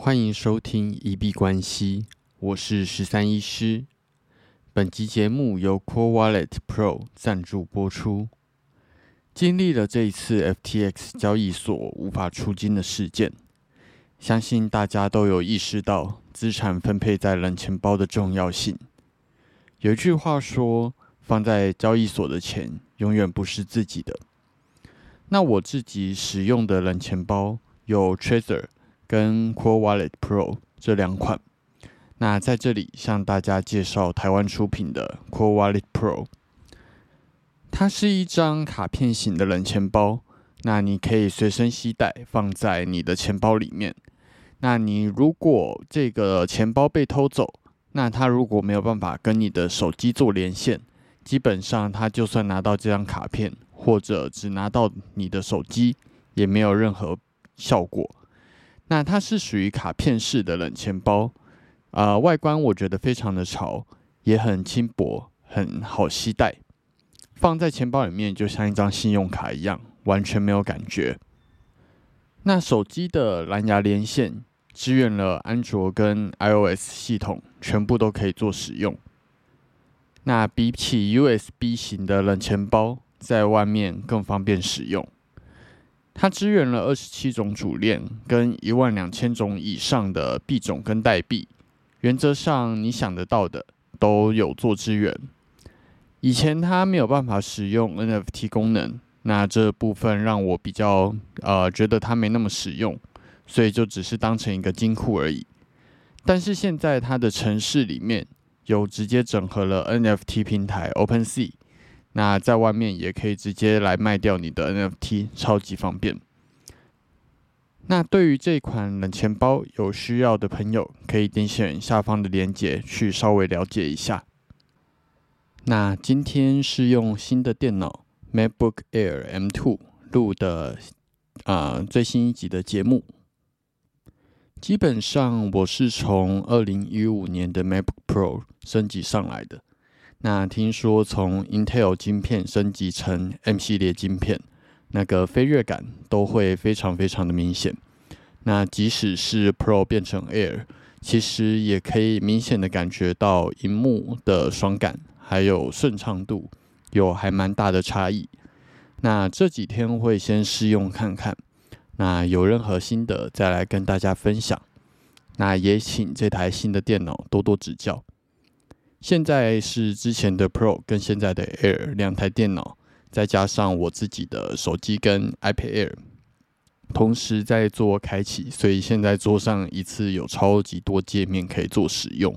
欢迎收听一币关系，我是13医师。本集节目由 Core Wallet Pro 赞助播出。经历了这一次 FTX 交易所无法出金的事件，相信大家都有意识到资产分配在冷钱包的重要性。有一句话说，放在交易所的钱永远不是自己的。那我自己使用的冷钱包有 Trezor 跟 Core Wallet Pro 这两款。那在这里向大家介绍台湾出品的 Core Wallet Pro。它是一张卡片型的冷钱包，那你可以随身携带，放在你的钱包里面。那你如果这个钱包被偷走，那它如果没有办法跟你的手机做连线，基本上它就算拿到这张卡片，或者只拿到你的手机，也没有任何效果。那它是属于卡片式的冷钱包，外观我觉得非常的潮，也很轻薄，很好携带。放在钱包里面就像一张信用卡一样，完全没有感觉。那手机的蓝牙连线支援了安卓跟 iOS 系统，全部都可以做使用。那比起 USB 型的冷钱包，在外面更方便使用。它支援了27种主链跟12000种以上的币种跟代币，原则上你想得到的都有做支援。以前它没有办法使用 NFT 功能，那这部分让我比较觉得它没那么实用，所以就只是当成一个金库而已。但是现在它的程式里面有直接整合了 NFT 平台 OpenSea， 那在外面也可以直接来卖掉你的 NFT， 超级方便。那对于这款冷钱包有需要的朋友，可以点选下方的链接去稍微了解一下。那今天是用新的电脑 MacBook Air M2 录的最新一集的节目。基本上我是从2015年的 MacBook Pro 升级上来的。那听说从 Intel 晶片升级成 M 系列晶片，那个飞跃感都会非常非常的明显。那即使是 Pro 变成 Air， 其实也可以明显的感觉到萤幕的爽感还有顺畅度有还蛮大的差异。那这几天会先试用看看，那有任何心得再来跟大家分享。那也请这台新的电脑多多指教。现在是之前的 Pro 跟现在的 Air 两台电脑，再加上我自己的手机跟 iPad Air， 同时在做开启，所以现在桌上一次有超级多界面可以做使用。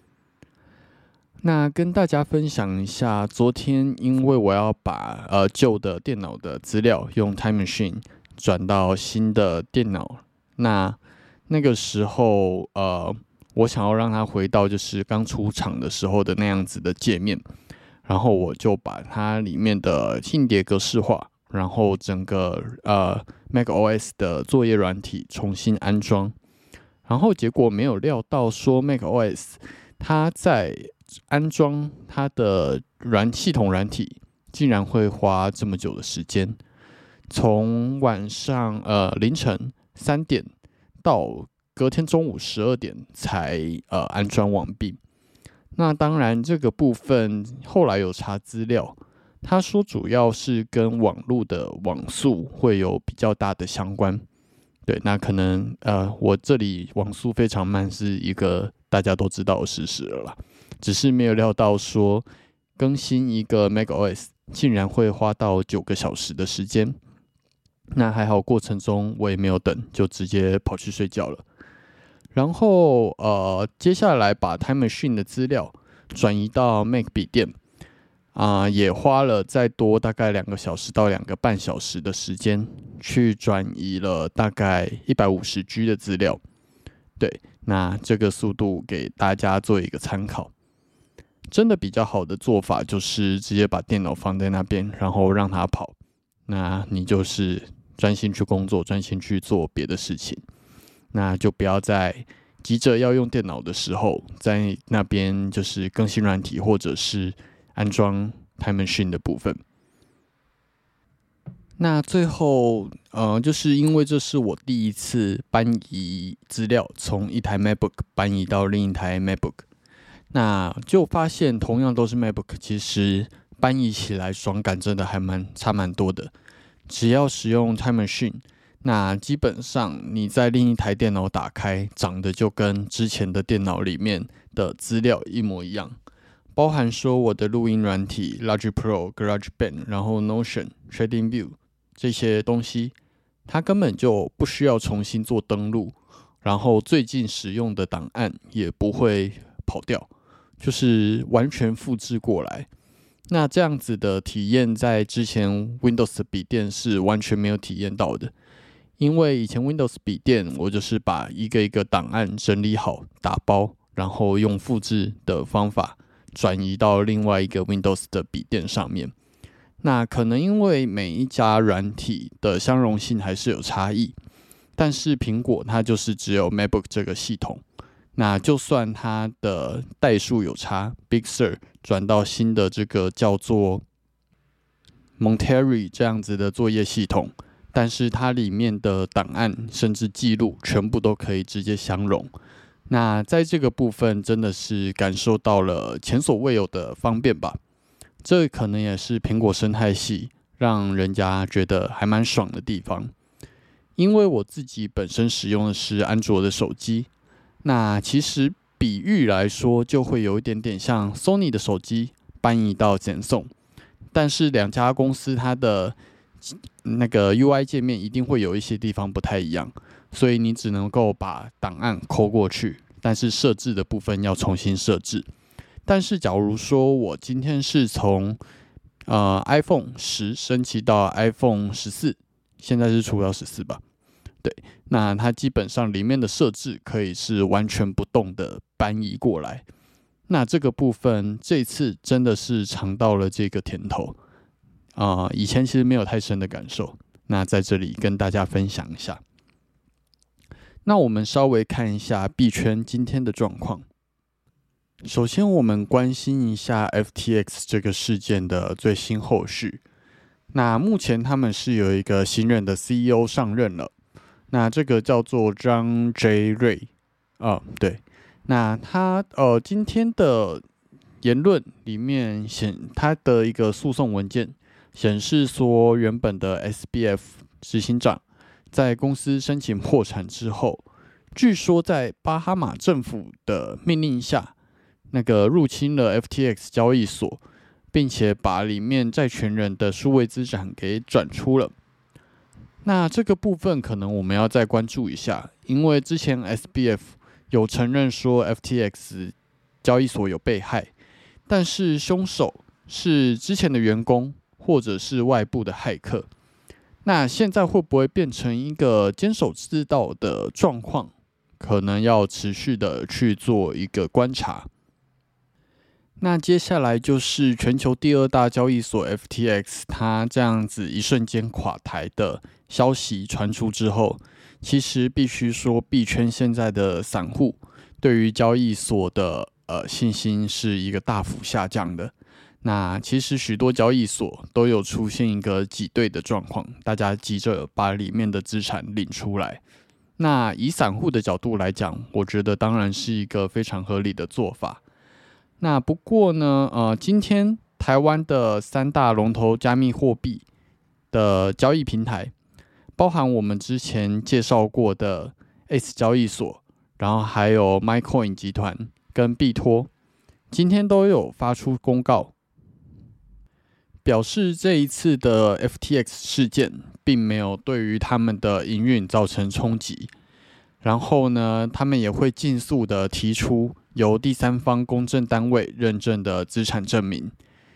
那跟大家分享一下，昨天因为我要把旧的电脑的资料用 Time Machine 转到新的电脑，那个时候我想要让它回到就是刚出厂的时候的那样子的界面，然后我就把它里面的硬碟格式化，然后整个macOS 的作业软体重新安装，然后结果没有料到说 macOS 它在安装它的系统软体竟然会花这么久的时间，从晚上凌晨3点到隔天中午12点才安装完毕。那当然这个部分后来有查资料，他说主要是跟网络的网速会有比较大的相关。对，那可能我这里网速非常慢是一个大家都知道的事实了啦，只是没有料到说更新一个 macOS 竟然会花到9个小时的时间。那还好过程中我也没有等，就直接跑去睡觉了。然后接下来把 Time Machine 的资料转移到 Mac 笔电也花了再多大概2个小时到2个半小时的时间，去转移了大概150G 的资料。对，那这个速度给大家做一个参考。真的比较好的做法就是直接把电脑放在那边，然后让它跑。那你就是专心去工作，专心去做别的事情。那就不要在急着要用电脑的时候，在那边就是更新软体或者是安装 Time Machine 的部分。 那最后，就是因为这是我第一次搬移资料，从一台 MacBook 搬移到另一台 MacBook，那就发现同样都是 MacBook，其实搬移起来爽感真的还差蛮多的。只要使用 Time Machine，那基本上你在另一台电脑打开，长得就跟之前的电脑里面的资料一模一样。包含说我的录音软体 Logic Pro、GarageBand， 然后 Notion、TradingView 这些东西，它根本就不需要重新做登录，然后最近使用的档案也不会跑掉，就是完全复制过来。那这样子的体验在之前 Windows 的笔电是完全没有体验到的，因为以前 Windows 笔电我就是把一个一个档案整理好打包，然后用复制的方法转移到另外一个 Windows 的笔电上面。那可能因为每一家软体的相容性还是有差异，但是苹果它就是只有 MacBook 这个系统，那就算它的代数有差 ，Big Sur 转到新的这个叫做 Monterey 这样子的作业系统，但是它里面的档案甚至记录全部都可以直接相容。那在这个部分真的是感受到了前所未有的方便吧。这可能也是苹果生态系让人家觉得还蛮爽的地方。因为我自己本身使用的是安卓的手机，那其实比喻来说就会有一点点像 Sony 的手机搬移到 Samsung， 但是两家公司它的那个 UI 界面一定会有一些地方不太一样，所以你只能够把档案抠过去，但是设置的部分要重新设置。但是假如说我今天是从iPhone 10升级到 iPhone 14，现在是出到14吧？对，那它基本上里面的设置可以是完全不动的搬移过来。那这个部分这次真的是尝到了这个甜头以前其实没有太深的感受。那在这里跟大家分享一下。那我们稍微看一下币圈今天的状况。首先，我们关心一下 FTX 这个事件的最新后续。那目前他们是有一个新任的 CEO 上任了，那这个叫做张 J. Ray 对，那他今天的言论里面他的一个诉讼文件显示说，原本的 SBF 执行长在公司申请破产之后，据说在巴哈马政府的命令下，那个入侵了 FTX 交易所，并且把里面债权人的数位资产给转出了。那这个部分可能我们要再关注一下，因为之前 SBF 有承认说 FTX 交易所有被害，但是凶手是之前的员工或者是外部的骇客。那现在会不会变成一个监守自盗的状况？可能要持续的去做一个观察。那接下来就是全球第2大交易所 FTX， 它这样子一瞬间垮台的消息传出之后，其实必须说币圈现在的散户对于交易所的信心是一个大幅下降的。那其实许多交易所都有出现一个挤兑的状况，大家急着把里面的资产领出来。那以散户的角度来讲，我觉得当然是一个非常合理的做法。那不过呢，今天台湾的3大龙头加密货币的交易平台，包含我们之前介绍过的 ACE 交易所，然后还有 MyCoin 集团跟币托，今天都有发出公告，表示这一次的 FTX 事件并没有对于他们的营运造成冲击。然后呢，他们也会尽速的提出由第三方公证单位认证的资产证明。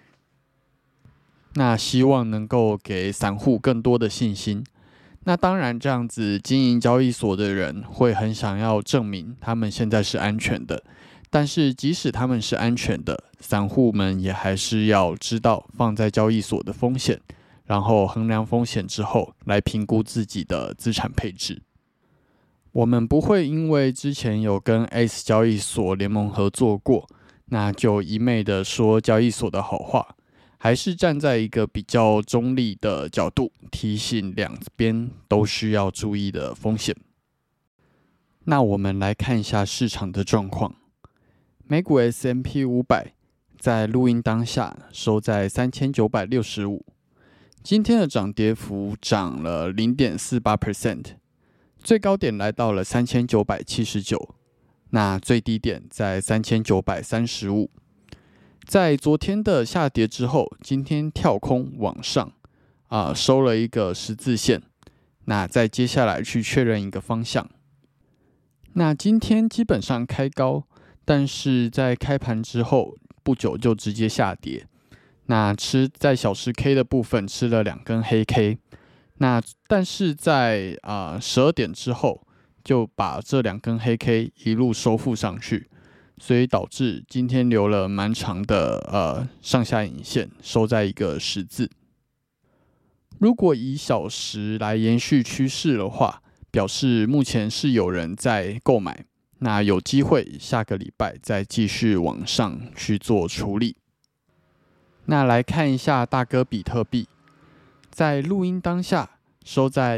那希望能够给散户更多的信心。那当然，这样子经营交易所的人会很想要证明他们现在是安全的。但是即使他们是安全的，散户们也还是要知道放在交易所的风险，然后衡量风险之后来评估自己的资产配置。我们不会因为之前有跟 ACE 交易所联盟合作过，那就一昧的说交易所的好话， 还是站在一个比较中立的角度，提醒两边都需要注意的风险。那我们来看一下市场的状况。美股 S&P 500在录音当下收在3965，今天的涨跌幅涨了 0.48%， 最高点来到了3979，那最低点在3935。在昨天的下跌之后，今天跳空往上收了一个十字线，那再接下来去确认一个方向。那今天基本上开高，但是在开盘之后不久就直接下跌。那在小时 K 的部分吃了2根黑 K， 那但是在12点之后就把这2根黑 K 一路收复上去，所以导致今天留了蛮长的上下影线，收在一个十字。如果以小时来延续趋势的话，表示目前是有人在购买，那有机会下个礼拜再继续往上去做处理。那来看一下大哥比特币，在录音当下收在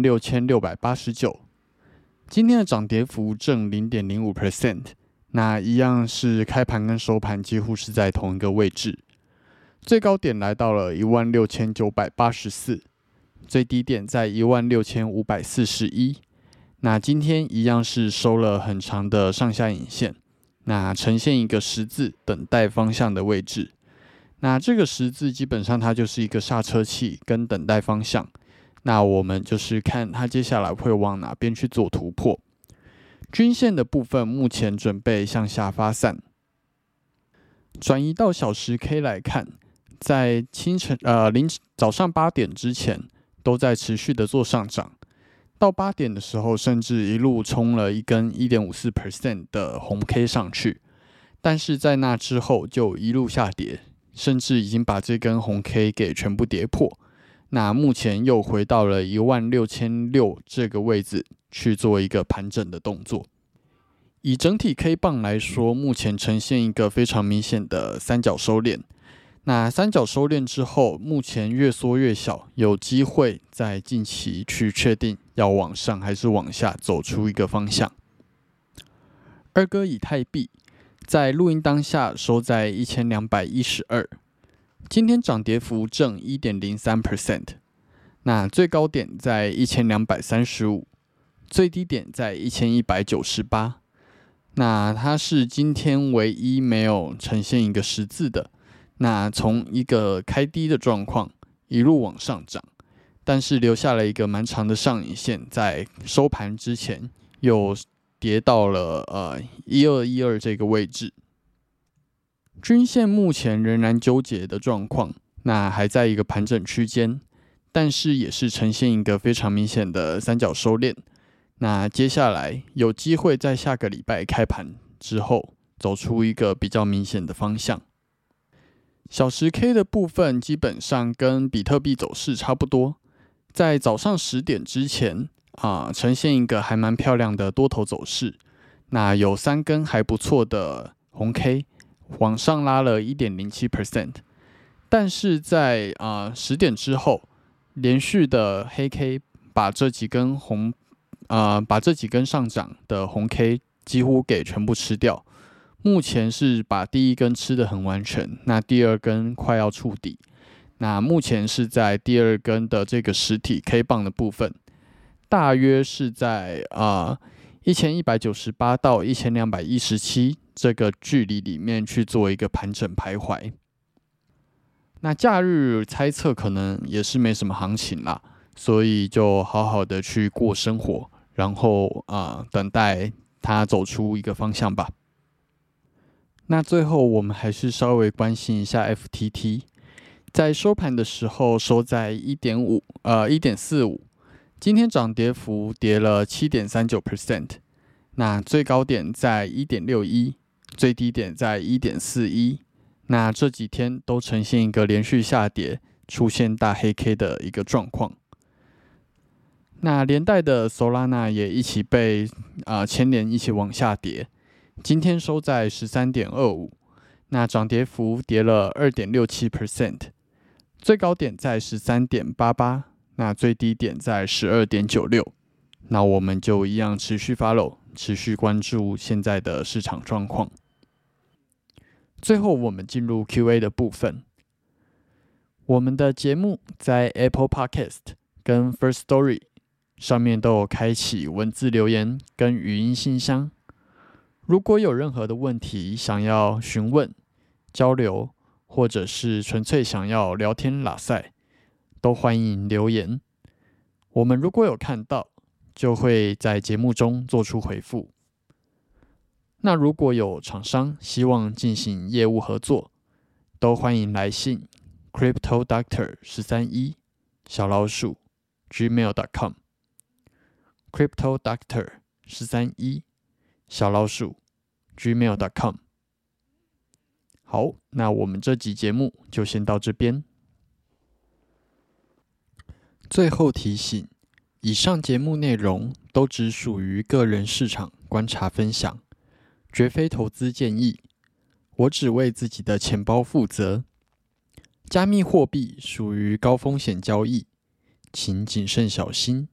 16689，今天的涨跌幅正 0.05%， 那一样是开盘跟收盘几乎是在同一个位置，最高点来到了16984，最低点在16541，那今天一样是收了很长的上下影线，那呈现一个十字等待方向的位置。那这个十字基本上它就是一个刹车器跟等待方向，那我们就是看它接下来会往哪边去做突破。均线的部分目前准备向下发散，转移到小时 K 来看，在早上8点之前都在持续的做上涨，到8点的时候甚至一路冲了一根 1.54% 的红 K 上去，但是在那之后就一路下跌，甚至已经把这根红 K 给全部跌破，那目前又回到了16600这个位置去做一个盘整的动作。以整体 K 棒来说，目前呈现一个非常明显的三角收敛，那三角收敛之后，目前越缩越小，有机会在近期去确定要往上还是往下走出一个方向。二哥以太币在录音当下收在1212，今天涨跌幅正 1.03%， 那最高点在1235，最低点在1198，那它是今天唯一没有呈现一个十字的，那从一个开低的状况一路往上涨，但是留下了一个蛮长的上影线，在收盘之前又跌到了1212这个位置。均线目前仍然纠结的状况，那还在一个盘整区间，但是也是呈现一个非常明显的三角收敛。那接下来有机会在下个礼拜开盘之后走出一个比较明显的方向。小时 K 的部分基本上跟比特币走势差不多，在早上10点之前呈现一个还蛮漂亮的多头走势，那有3根还不错的红 K 往上拉了 1.07%， 但是在10点之后连续的黑 K 把这几根上涨的红 K 几乎给全部吃掉，目前是把第一根吃得很完全，那第二根快要触底，那目前是在第二根的这个实体 K 棒的部分，大约是在1198到1217这个距离里面去做一个盘整徘徊。那假日猜测可能也是没什么行情啦，所以就好好的去过生活，然后等待它走出一个方向吧。那最后我们还是稍微关心一下 FTT， 在收盘的时候收在 1.45， 今天涨跌幅跌了 7.39%， 那最高点在 1.61， 最低点在 1.41， 那这几天都呈现一个连续下跌，出现大黑 K 的一个状况。那连带的 Solana 也一起被牵连一起往下跌，今天收在 13.25， 那涨跌幅跌了 2.67%， 最高点在 13.88， 那最低点在 12.96。 那我们就一样持续 follow， 持续关注现在的市场状况。最后我们进入 Q&A 的部分。我们的节目在 Apple Podcast 跟 First Story 上面都有开启文字留言跟语音信箱，如果有任何的问题想要询问、交流，或者是纯粹想要聊天拉赛，都欢迎留言。我们如果有看到，就会在节目中做出回复。那如果有厂商希望进行业务合作，都欢迎来信 cryptodoctor131 gmail.com cryptodoctor131 gmail.com。 好，那我们这集节目就先到这边。最后提醒，以上节目内容都只属于个人市场观察分享，绝非投资建议，我只为自己的钱包负责。加密货币属于高风险交易，请谨慎小心。